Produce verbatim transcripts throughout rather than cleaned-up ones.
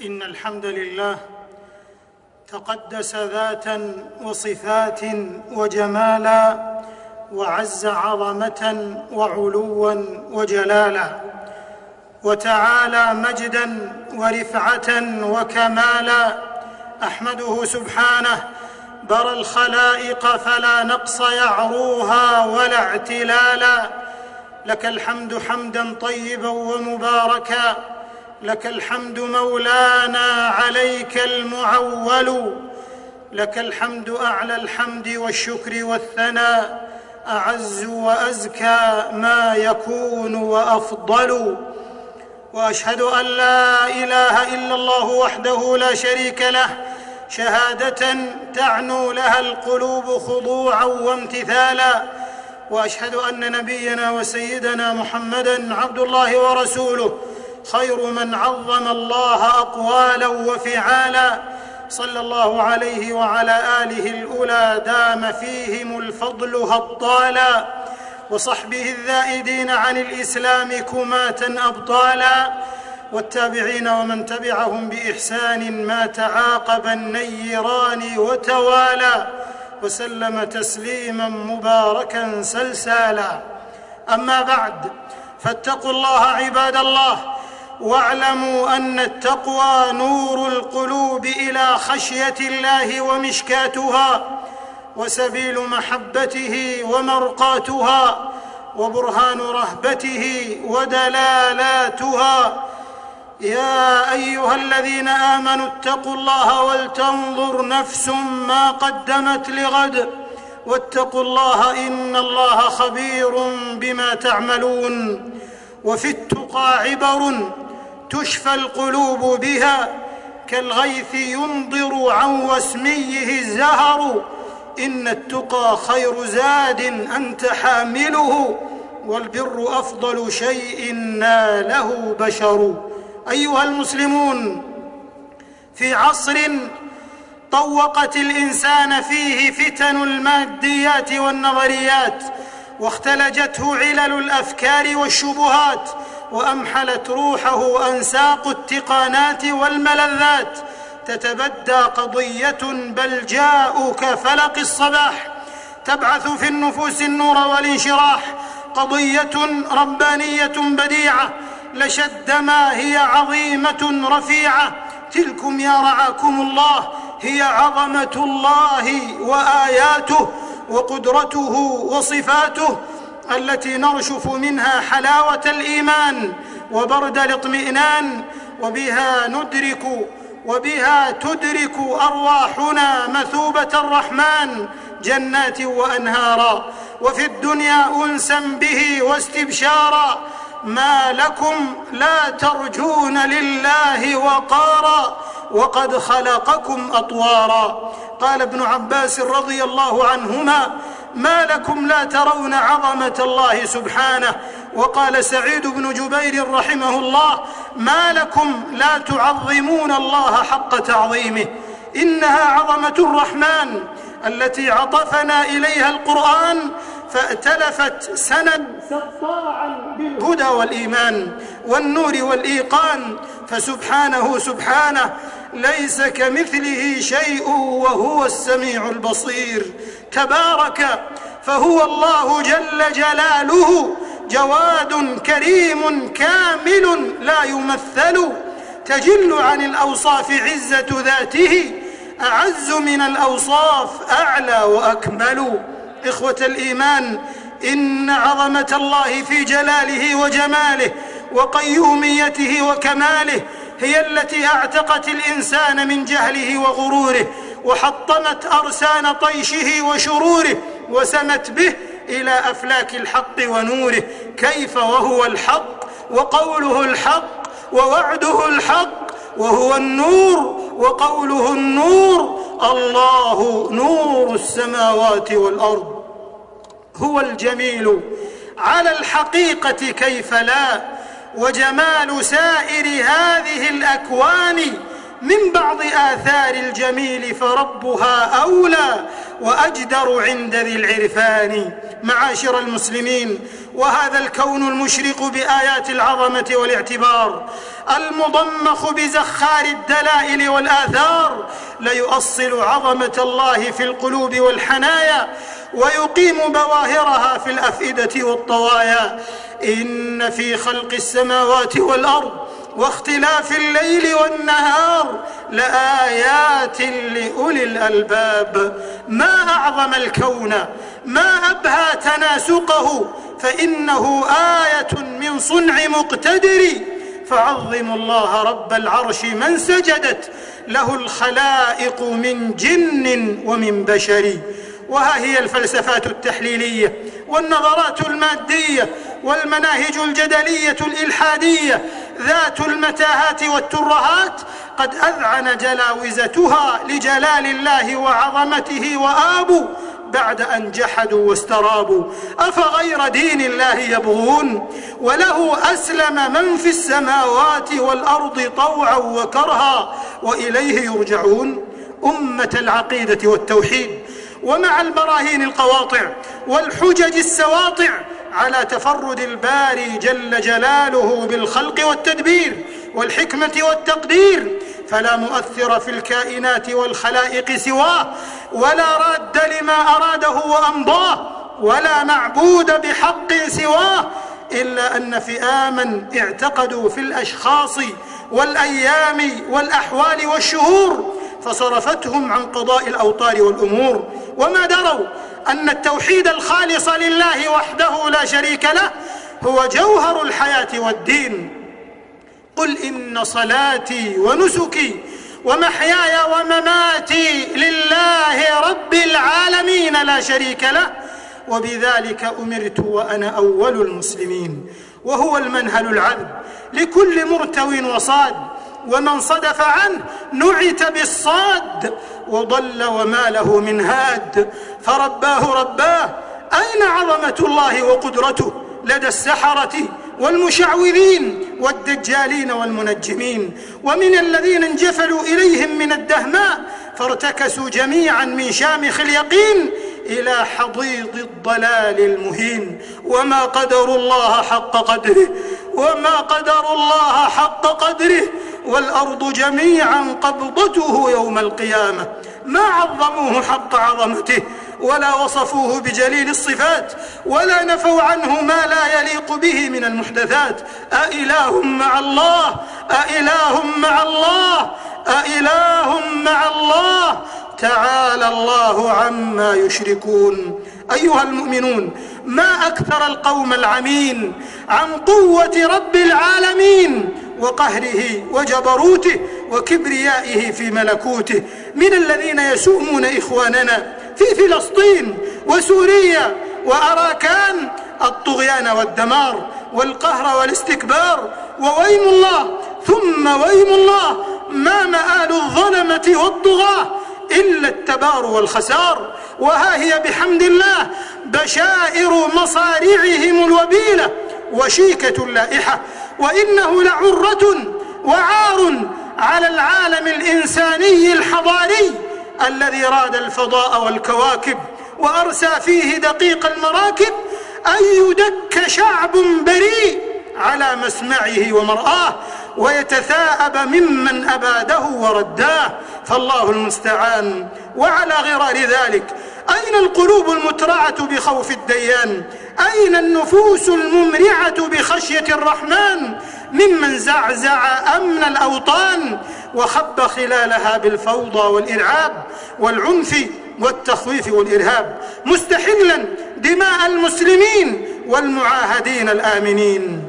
إن الحمد لله تقدس ذاتا وصفات وجمالا، وعز عظمة وعلوا وجلالا، وتعالى مجدا ورفعة وكمالا. أحمده سبحانه برى الخلائق فلا نقص يعروها ولا اعتلالا. لك الحمد حمدا طيبا ومباركا، لك الحمد مولانا عليك المعول، لك الحمد أعلى الحمد والشكر والثناء، أعز وأزكى ما يكون وأفضل. وأشهد أن لا إله إلا الله وحده لا شريك له، شهادة تعنو لها القلوب خضوعا وامتثالا. وأشهد أن نبينا وسيدنا محمدًا عبد الله ورسوله، خير من عظم الله أقوالا وفعالا، صلى الله عليه وعلى آله الأولى دام فيهم الفضل هطالا، وصحبه الذائدين عن الإسلام كماة أبطالا، والتابعين ومن تبعهم بإحسان ما تعاقب النيران وتوالى، وسلم تسليما مباركا سلسالا. أما بعد، فاتقوا الله عباد الله، واعلموا أن التقوى نور القلوب إلى خشية الله ومشكاتها، وسبيل محبته ومرقاتها، وبرهان رهبته ودلالاتها. يا أيها الذين آمنوا اتقوا الله ولتنظر نفس ما قدمت لغد، واتقوا الله إن الله خبير بما تعملون. وفي التقى عبر تشفى القلوب بها، كالغيث ينضر عن وسميه الزهر، إن التقى خير زاد أنت حامله، والبر أفضل شيء ناله بشر. أيها المسلمون، في عصر طوقت الإنسان فيه فتن الماديات والنظريات، واختلجته علل الأفكار والشبهات، وأمحلت روحه أنساق التقانات والملذات، تتبدى قضية بلجاء كفلق الصباح، تبعث في النفوس النور والانشراح، قضية ربانية بديعة لشد ما هي عظيمة رفيعة. تلكم يا رعاكم الله هي عظمة الله وآياته وقدرته وصفاته، التي نرشف منها حلاوة الإيمان وبرد الاطمئنان، وبها ندرك وبها تدرك أرواحنا مثوبة الرحمن جنات وأنهارا، وفي الدنيا أنسا به واستبشارا. ما لكم لا ترجون لله وقارا، وقد خلقكم أطوارا. قال ابن عباس رضي الله عنهما: ما لكم لا ترون عظمة الله سبحانه. وقال سعيد بن جبير رحمه الله: ما لكم لا تعظمون الله حق تعظيمه. إنها عظمة الرحمن التي عطفنا إليها القرآن، فأتلفت سند سطاعا بالهدى والإيمان والنور والإيقان. فسبحانه سبحانه ليس كمثله شيء وهو السميع البصير. تبارك فهو الله جل جلاله، جواد كريم كامل لا يمثل، تجل عن الأوصاف عزة ذاته، أعز من الأوصاف أعلى وأكمل. إخوة الإيمان، إن عظمة الله في جلاله وجماله وقيوميته وكماله هي التي أعتقت الإنسان من جهله وغروره، وحطمت أرسان طيشه وشروره، وسمت به إلى أفلاك الحق ونوره. كيف وهو الحق، وقوله الحق، ووعده الحق، وهو النور وقوله النور. الله نور السماوات والأرض، هو الجميل على الحقيقة كيف لا، وجمال سائر هذه الأكوان من بعض آثار الجميل فربها أولى، وأجدر عند ذي العرفان. معاشر المسلمين، وهذا الكون المشرق بآيات العظمة والاعتبار المضمخ بزخار الدلائل والآثار ليؤصل عظمة الله في القلوب والحنايا ويقيم بواهرها في الأفئدة والطوايا. إن في خلق السماوات والأرض واختلاف الليل والنهار لآيات لأولي الألباب. ما أعظم الكون، ما أبهى تناسقه، فإنه آية من صنع مقتدر. فعظموا الله رب العرش من سجدت له الخلائق من جن ومن بشر. وها هي الفلسفات التحليلية والنظرات المادية والمناهج الجدلية الإلحادية ذات المتاهات والترهات قد أذعن جلاوزتها لجلال الله وعظمته وآبوا بعد أن جحدوا واسترابوا. أفغير دين الله يبغون وله أسلم من في السماوات والأرض طوعا وكرها وإليه يرجعون. أمة العقيدة والتوحيد، ومع البراهين القواطع والحجج السواطع على تفرد الباري جل جلاله بالخلق والتدبير والحكمة والتقدير، فلا مؤثر في الكائنات والخلائق سواه، ولا راد لما أراده وأمضاه، ولا معبود بحق سواه، إلا أن فئاما اعتقدوا في الأشخاص والأيام والأحوال والشهور فصرفتهم عن قضاء الأوطار والأمور، وما دروا أن التوحيد الخالص لله وحده لا شريك له هو جوهر الحياة والدين. قل إن صلاتي ونسكي ومحياي ومماتي لله رب العالمين لا شريك له وبذلك أمرت وأنا أول المسلمين. وهو المنهل العذب لكل مرتو وصاد، ومن صدف عنه نعت بالصاد وضل وما له من هاد. فرباه رباه، أين عظمة الله وقدرته لدى السحرة والمشعوذين والدجالين والمنجمين، ومن الذين انجفلوا إليهم من الدهماء فارتكسوا جميعا من شامخ اليقين إلى حضيض الضلال المهين. وما قدروا الله حق قدره، وما قدروا الله حق قدره، والأرض جميعا قبضته يوم القيامة. ما عظموه حق عظمته، ولا وصفوه بجليل الصفات، ولا نفوا عنه ما لا يليق به من المحدثات. أإله مع الله، أإله مع الله، أإله مع الله، تعالى الله عما يشركون. أيها المؤمنون، ما أكثر القوم العمين عن قوة رب العالمين وقهره وجبروته وكبريائه في ملكوته من الذين يسومون إخواننا في فلسطين وسوريا وأراكان الطغيان والدمار والقهر والاستكبار. وويم الله ثم ويم الله ما مآل الظلمة والطغاة إلا التبار والخسار. وها هي بحمد الله بشائر مصارعهم الوبيلة وشيكة لائحة، وإنه لعرة وعار على العالم الإنساني الحضاري الذي راد الفضاء والكواكب وأرسى فيه دقيق المراكب أن يدك شعب بريء على مسمعه ومرآه ويتثاءب ممن أباده ورداه، فالله المستعان. وعلى غرار ذلك، أين القلوب المترعة بخوف الديان؟ أين النفوس الممرعة بخشية الرحمن ممن زعزع أمن الأوطان وخب خلالها بالفوضى والإرعاب والعنف والتخويف والإرهاب، مستحلا دماء المسلمين والمعاهدين الآمنين؟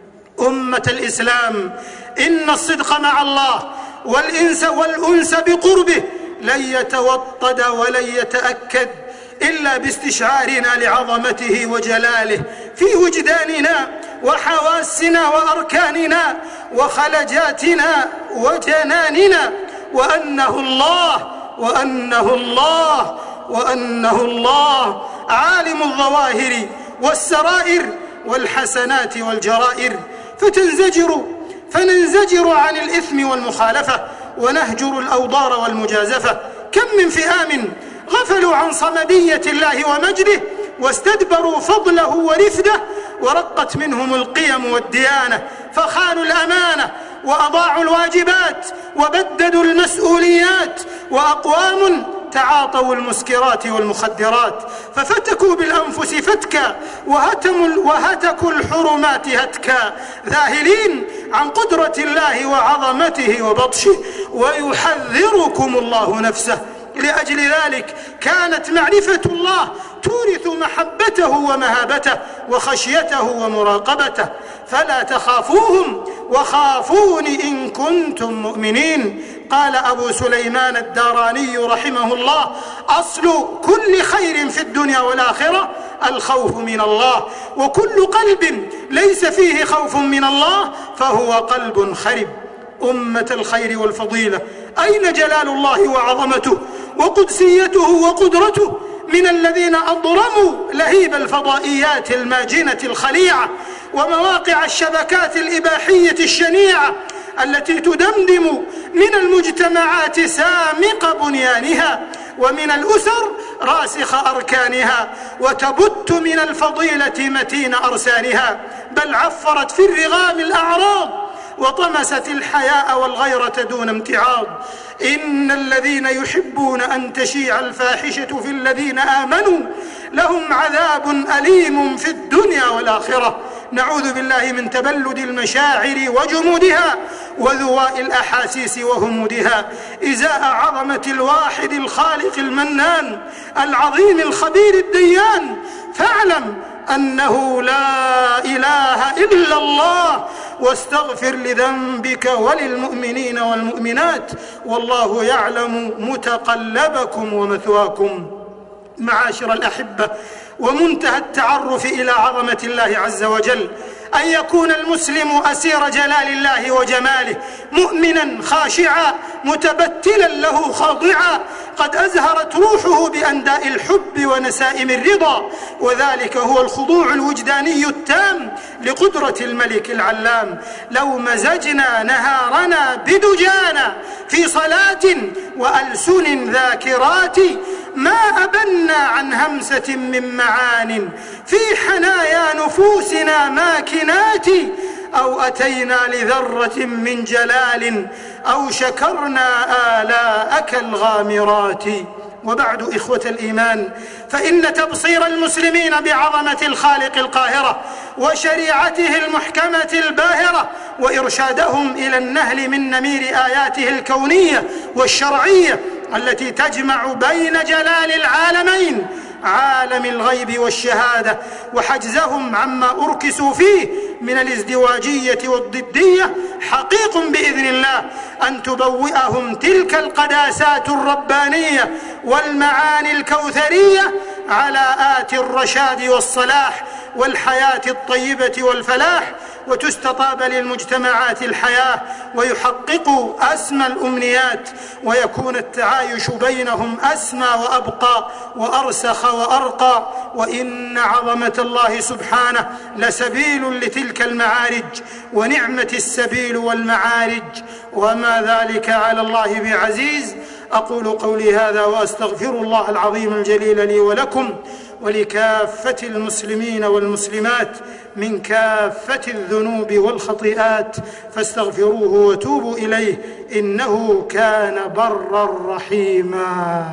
أمة الإسلام، إن الصدق مع الله والإنس والأنس بقربه لن يتوطد ولن يتأكد إلا باستشعارنا لعظمته وجلاله في وجداننا وحواسنا وأركاننا وخلجاتنا وجناننا، وأنه الله وأنه الله وأنه الله عالم الظواهر والسرائر والحسنات والجرائر. فتنزجر فننزجر عن الإثم والمخالفة ونهجر الأوضار والمجازفة. كم من فئام غفلوا عن صمدية الله ومجده، واستدبروا فضله ورفده، ورقت منهم القيم والديانة، فخانوا الأمانة وأضاعوا الواجبات وبددوا المسؤوليات. وأقوام تعاطوا المسكرات والمخدرات، ففتكوا بالأنفس فتكا، وهتكوا الحرمات هتكا، ذاهلين عن قدرة الله وعظمته وبطشه، ويحذركم الله نفسه. لأجل ذلك كانت معرفة الله تورث محبته ومهابته وخشيته ومراقبته، فلا تخافوهم وخافون إن كنتم مؤمنين. قال أبو سليمان الداراني رحمه الله: أصل كل خير في الدنيا والآخرة الخوف من الله، وكل قلب ليس فيه خوف من الله فهو قلب خرب. أمة الخير والفضيلة، أين جلال الله وعظمته وقدسيته وقدرته من الذين أضرموا لهيب الفضائيات الماجنة الخليعة ومواقع الشبكات الإباحية الشنيعة التي تدمدم من المجتمعات سامق بنيانها، ومن الأسر راسخ أركانها، وتبت من الفضيلة متين أرسانها، بل عفرت في الرغام الأعراض وطمست الحياء والغيرة دون امتعاض. إن الذين يحبون أن تشيع الفاحشة في الذين آمنوا لهم عذاب أليم في الدنيا والآخرة. نعوذ بالله من تبلد المشاعر وجمودها وذواء الأحاسيس وهمودها إزاء عظمة الواحد الخالق المنان العظيم الخبير الديان. فاعلم أنه لا إله إلا الله، واستغفر لذنبك وللمؤمنين والمؤمنات، والله يعلم متقلبكم ومثواكم. معاشر الأحبة، ومنتهى التعرف إلى عظمة الله عز وجل أن يكون المسلم أسير جلال الله وجماله، مؤمنا خاشعا متبتلا له خاضعا، قد أزهرت روحه بأنداء الحب ونسائم الرضا، وذلك هو الخضوع الوجداني التام لقدرة الملك العلام. لو مزجنا نهارنا بدجانا في صلاة وألسن ذاكرات ما أبنا عن همسة من معان في حنايا نفوسنا ماكنات، أو أتينا لذرة من جلال أو شكرنا آلاءك الغامرات. وبعد إخوة الإيمان، فإن تبصير المسلمين بعظمة الخالق القاهرة وشريعته المحكمة الباهرة وإرشادهم إلى النهل من نمير آياته الكونية والشرعية التي تجمع بين جلال العالمين عالم الغيب والشهادة وحجزهم عما أركسوا فيه من الازدواجية والضدية، حقيق بإذن الله أن تبوئهم تلك القداسات الربانية والمعاني الكوثرية على آت الرشاد والصلاح والحياة الطيبة والفلاح، وتستطاب للمجتمعات الحياة ويحققوا أسمى الأمنيات، ويكون التعايش بينهم أسمى وأبقى وأرسخ وأرقى. وإن عظمة الله سبحانه لسبيل لتلك المعارج، ونعمة السبيل والمعارج، وما ذلك على الله بعزيز. أقول قولي هذا وأستغفر الله العظيم الجليل لي ولكم ولكافة المسلمين والمسلمات من كافة الذنوب والخطيئات، فاستغفروه وتوبوا إليه إنه كان برا رحيما.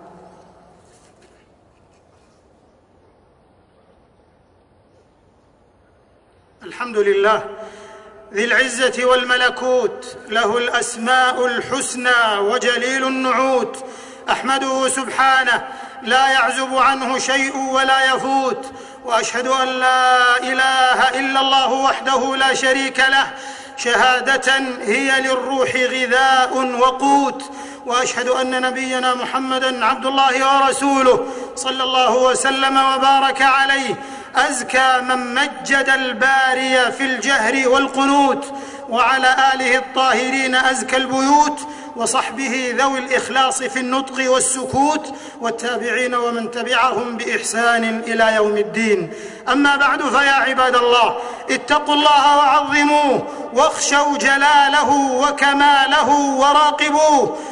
الحمد لله ذي العزة والملكوت، له الأسماء الحسنى وجليل النعوت، أحمده سبحانه لا يعزب عنه شيء ولا يفوت، وأشهد أن لا إله إلا الله وحده لا شريك له شهادة هي للروح غذاء وقوت، وأشهد أن نبينا محمدًا عبد الله ورسوله صلى الله وسلم وبارك عليه، أزكى من مجد الباري في الجهر والقنوت، وعلى آله الطاهرين أزكى البيوت، وصحبه ذوي الإخلاص في النطق والسكوت، والتابعين ومن تبعهم بإحسان إلى يوم الدين. أما بعد، فيا عباد الله، اتقوا الله وعظموه، واخشوا جلاله وكماله وراقبوه،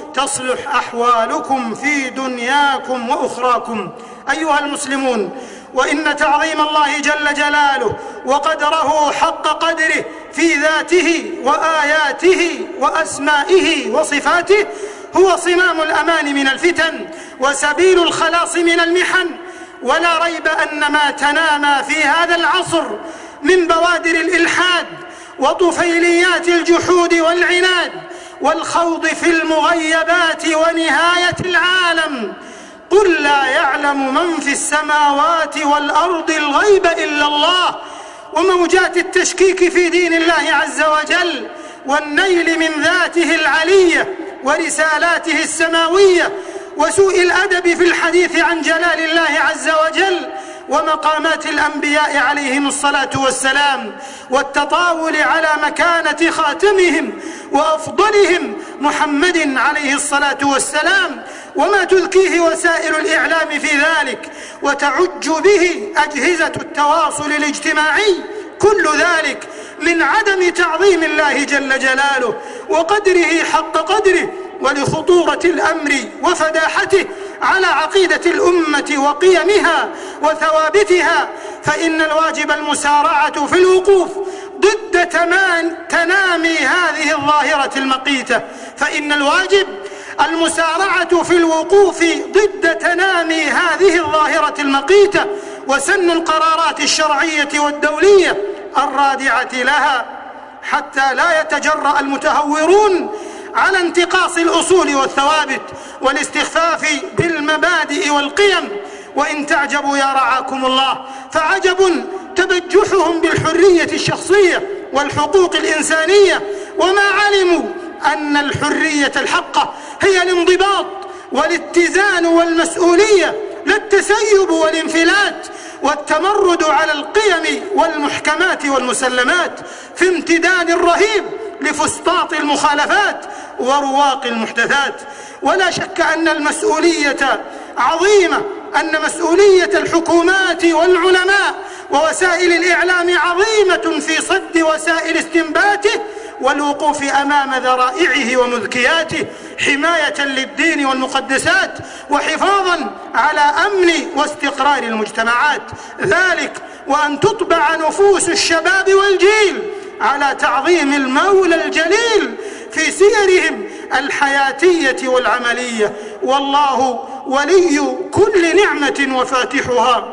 تصلح أحوالكم في دنياكم وأخراكم. أيها المسلمون، وإن تعظيم الله جل جلاله وقدره حق قدره في ذاته وآياته وأسمائه وصفاته هو صمام الأمان من الفتن وسبيل الخلاص من المحن. ولا ريب أن ما تنامى في هذا العصر من بوادر الإلحاد وطفيليات الجحود والعناد والخوض في المغيبات ونهاية العالم. قل لا يعلم من في السماوات والأرض الغيب إلا الله، وموجات التشكيك في دين الله عز وجل والنيل من ذاته العلية ورسالاته السماوية وسوء الأدب في الحديث عن جلال الله عز وجل ومقامات الأنبياء عليهم الصلاة والسلام والتطاول على مكانة خاتمهم وأفضلهم محمد عليه الصلاة والسلام وما تذكيه وسائل الإعلام في ذلك وتعج به أجهزة التواصل الاجتماعي، كل ذلك من عدم تعظيم الله جل جلاله وقدره حق قدره ولخطورة الأمر وفداحته على عقيدة الأمة وقيمها وثوابتها. فإن الواجب المسارعة في الوقوف ضد تنامي هذه الظاهرة المقيتة فإن الواجب المسارعة في الوقوف ضد تنامي هذه الظاهرة المقيتة وسن القرارات الشرعية والدولية الرادعة لها حتى لا يتجرأ المتهورون على انتقاص الأصول والثوابت والاستخفاف بالمبادئ والقيم. وإن تعجبوا يا رعاكم الله فعجب تبجحهم بالحرية الشخصية والحقوق الإنسانية وما علموا أن الحرية الحقة هي الانضباط والاتزان والمسؤولية، لا التسيب والانفلات والتمرد على القيم والمحكمات والمسلمات في امتداد رهيب لفسطاط المخالفات ورواق المحدثات. ولا شك أن المسؤولية عظيمة، أن مسؤولية الحكومات والعلماء ووسائل الإعلام عظيمة في صد وسائل استنباته والوقوف أمام ذرائعه ومذكياته حماية للدين والمقدسات وحفاظا على أمن واستقرار المجتمعات، ذلك وأن تطبع نفوس الشباب والجيل على تعظيم المولى الجليل في سيرهم الحياتية والعملية. والله ولي كل نعمة وفاتحها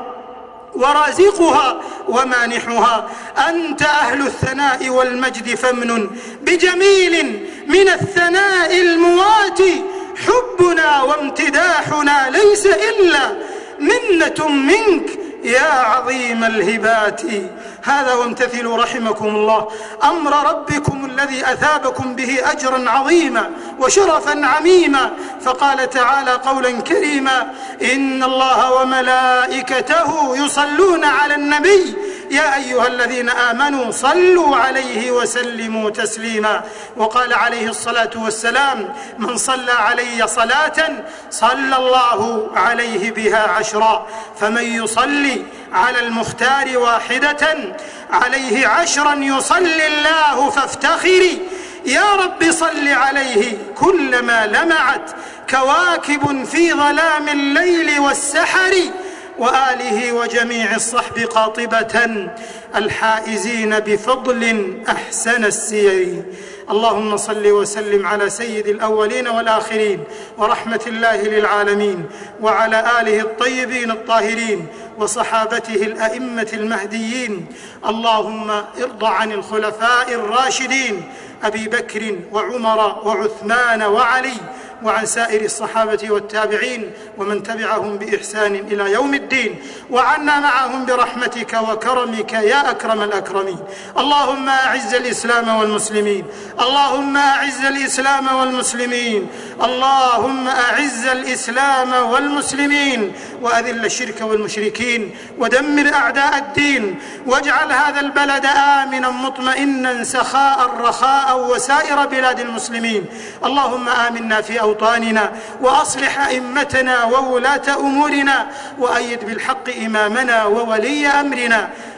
ورازقها ومانحها. أنت أهل الثناء والمجد فمن بجميل من الثناء المواتي. حبنا وامتداحنا ليس إلا منة منك يا عظيم الهبات. هذا وامتثلوا رحمكم الله أمر ربكم الذي أثابكم به أجرا عظيما وشرفا عميما، فقال تعالى قولا كريما: إن الله وملائكته يصلون على النبي يا أيها الذين آمنوا صلوا عليه وسلموا تسليما. وقال عليه الصلاة والسلام: من صلى علي صلاة صلى الله عليه بها عشرا، فمن يصلي على المختار واحدة عليه عشرا يصلي الله فافتخري. يا رب صل عليه كلما لمعت كواكب في ظلام الليل والسحر، وآله وجميع الصحب قاطبة الحائزين بفضل أحسن السير. اللهم صل وسلم على سيد الأولين والآخرين ورحمة الله للعالمين وعلى آله الطيبين الطاهرين وصحابته الأئمة المهديين. اللهم ارض عن الخلفاء الراشدين أبي بكر وعمر وعثمان وعلي وعن سائر الصحابة والتابعين ومن تبعهم بإحسان إلى يوم الدين، وعنا معهم برحمتك وكرمك يا أكرم الأكرمين. اللهم أعز الإسلام والمسلمين، اللهم أعز الإسلام والمسلمين، اللهم أعز الإسلام والمسلمين، وأذل الشرك والمشركين، ودمر أعداء الدين، واجعل هذا البلد آمنا مطمئنا سخاء رخاء وسائر بلاد المسلمين. اللهم آمنا في أوطاننا، وأصلح أئمتنا وولاة أمورنا، وأيد بالحق إمامنا وولي أمرنا.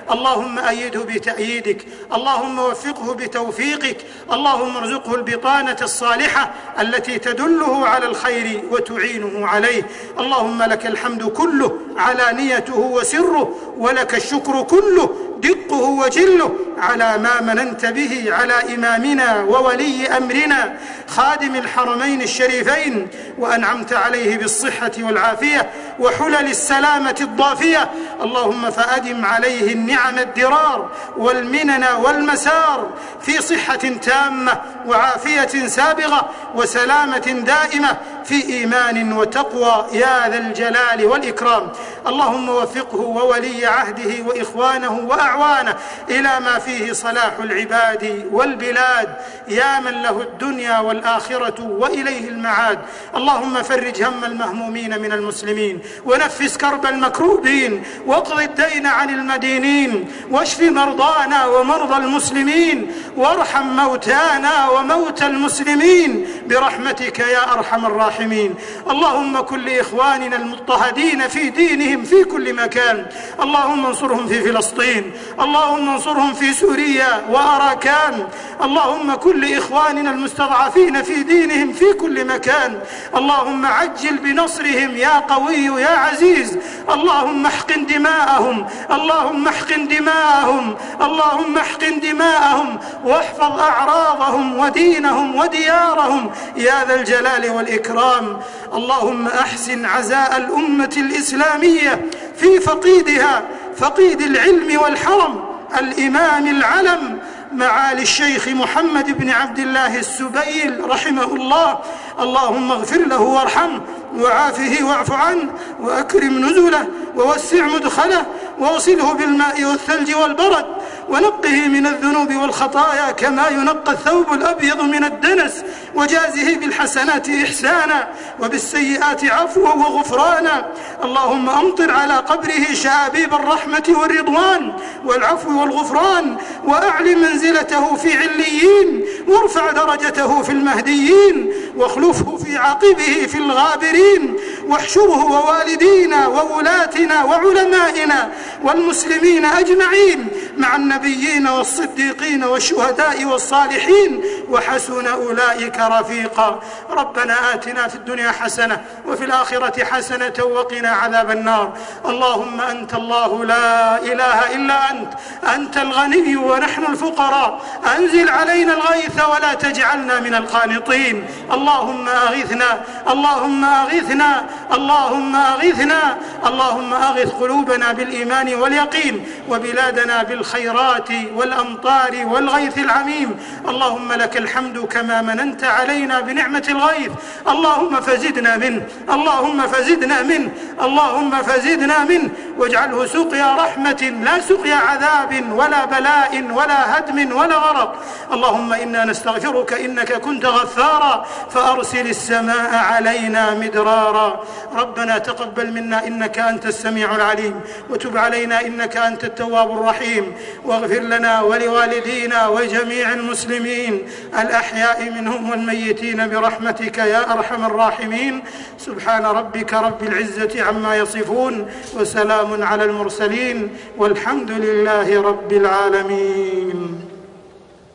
اللهم أيده بتأييدك، اللهم وفقه بتوفيقك، اللهم ارزقه البطانة الصالحة التي تدله على الخير وتعينه عليه. اللهم لك الحمد كله علانيته وسره، ولك الشكر كله دقه وجله على ما مننت به على إمامنا وولي أمرنا خادم الحرمين الشريفين، وأنعمت عليه بالصحة والعافية وحلل السلامة الضافية. اللهم فأدم عليه النعم الدرار والمنن والمسار في صحة تامة وعافية سابغة وسلامة دائمة في إيمان وتقوى يا ذا الجلال والإكرام. اللهم وفقه وولي عهده وإخوانه وأعوانه إلى ما فيه صلاح العباد والبلاد يا من له الدنيا والآخرة وإليه المعاد. اللهم فرج هم المهمومين من المسلمين، ونفس كرب المكروبين، واقض الدين عن المدينين، واشف مرضانا ومرضى المسلمين، وارحم موتانا وموتى المسلمين برحمتك يا أرحم الراحمين. اللهم كن لإخواننا المضطهدين في دينهم في كل مكان، اللهم انصرهم في فلسطين، اللهم انصرهم في سوريا وأراكان، اللهم كن لإخواننا المستضعفين في دينهم في كل مكان، اللهم عجل بنصرهم يا قوي يا عزيز. اللهم احقن دماءهم، اللهم احقن دماءهم، اللهم احقن دماءهم، واحفظ أعراضهم ودينهم وديارهم يا ذا الجلال والإكرام. اللهم أحسن عزاء الأمة الإسلامية في فقيدها، فقيد العلم والحرم، الإمام العلم معالي الشيخ محمد بن عبد الله السبيل رحمه الله. اللهم اغفر له وارحمه وعافه واعف عنه وأكرم نزله ووسع مدخله ووصله بالماء والثلج والبرد، ونقه من الذنوب والخطايا كما ينقى الثوب الأبيض من الدنس، وجازه بالحسنات إحسانا وبالسيئات عفوا وغفرانا. اللهم أمطر على قبره شآبيب الرحمة والرضوان والعفو والغفران، وأعل منزلته في عليين، وارفع درجته في المهديين، واخلفه في عقبه في الغابرين، واحشره ووالدينا وولاتنا وعلمائنا والمسلمين أجمعين مع النبيين والصديقين والشهداء والصالحين، وحسن أولئك رفيقا. ربنا آتنا في الدنيا حسنة وفي الآخرة حسنة وقنا عذاب النار. اللهم أنت الله لا إله إلا أنت، أنت الغني ونحن الفقراء، أنزل علينا الغيث ولا تجعلنا من القانطين. اللهم أغثنا، اللهم أغثنا، اللهم أغثنا، اللهم أغث قلوبنا بالإيمان واليقين، وبلادنا بالخيرات والأمطار والغيث العميم. اللهم لك الحمد كما مننت علينا بنعمة الغيث، اللهم فزدنا منه، اللهم فزدنا منه، اللهم فزدنا منه، واجعله سقيا رحمة لا سقيا عذاب ولا بلاء ولا هدم ولا غرق. اللهم إنا نستغفرك إنك كنت غفارا فأرسل السماء علينا مدرارا. ربنا تقبل منا إنك أنت السميع العليم، وتب علينا إنك أنت التواب الرحيم، واغفر لنا ولوالدينا وجميع المسلمين الأحياء منهم والميتين برحمتك يا أرحم الراحمين. سبحان ربك رب العزة عما يصفون، وسلام على المرسلين، والحمد لله رب العالمين.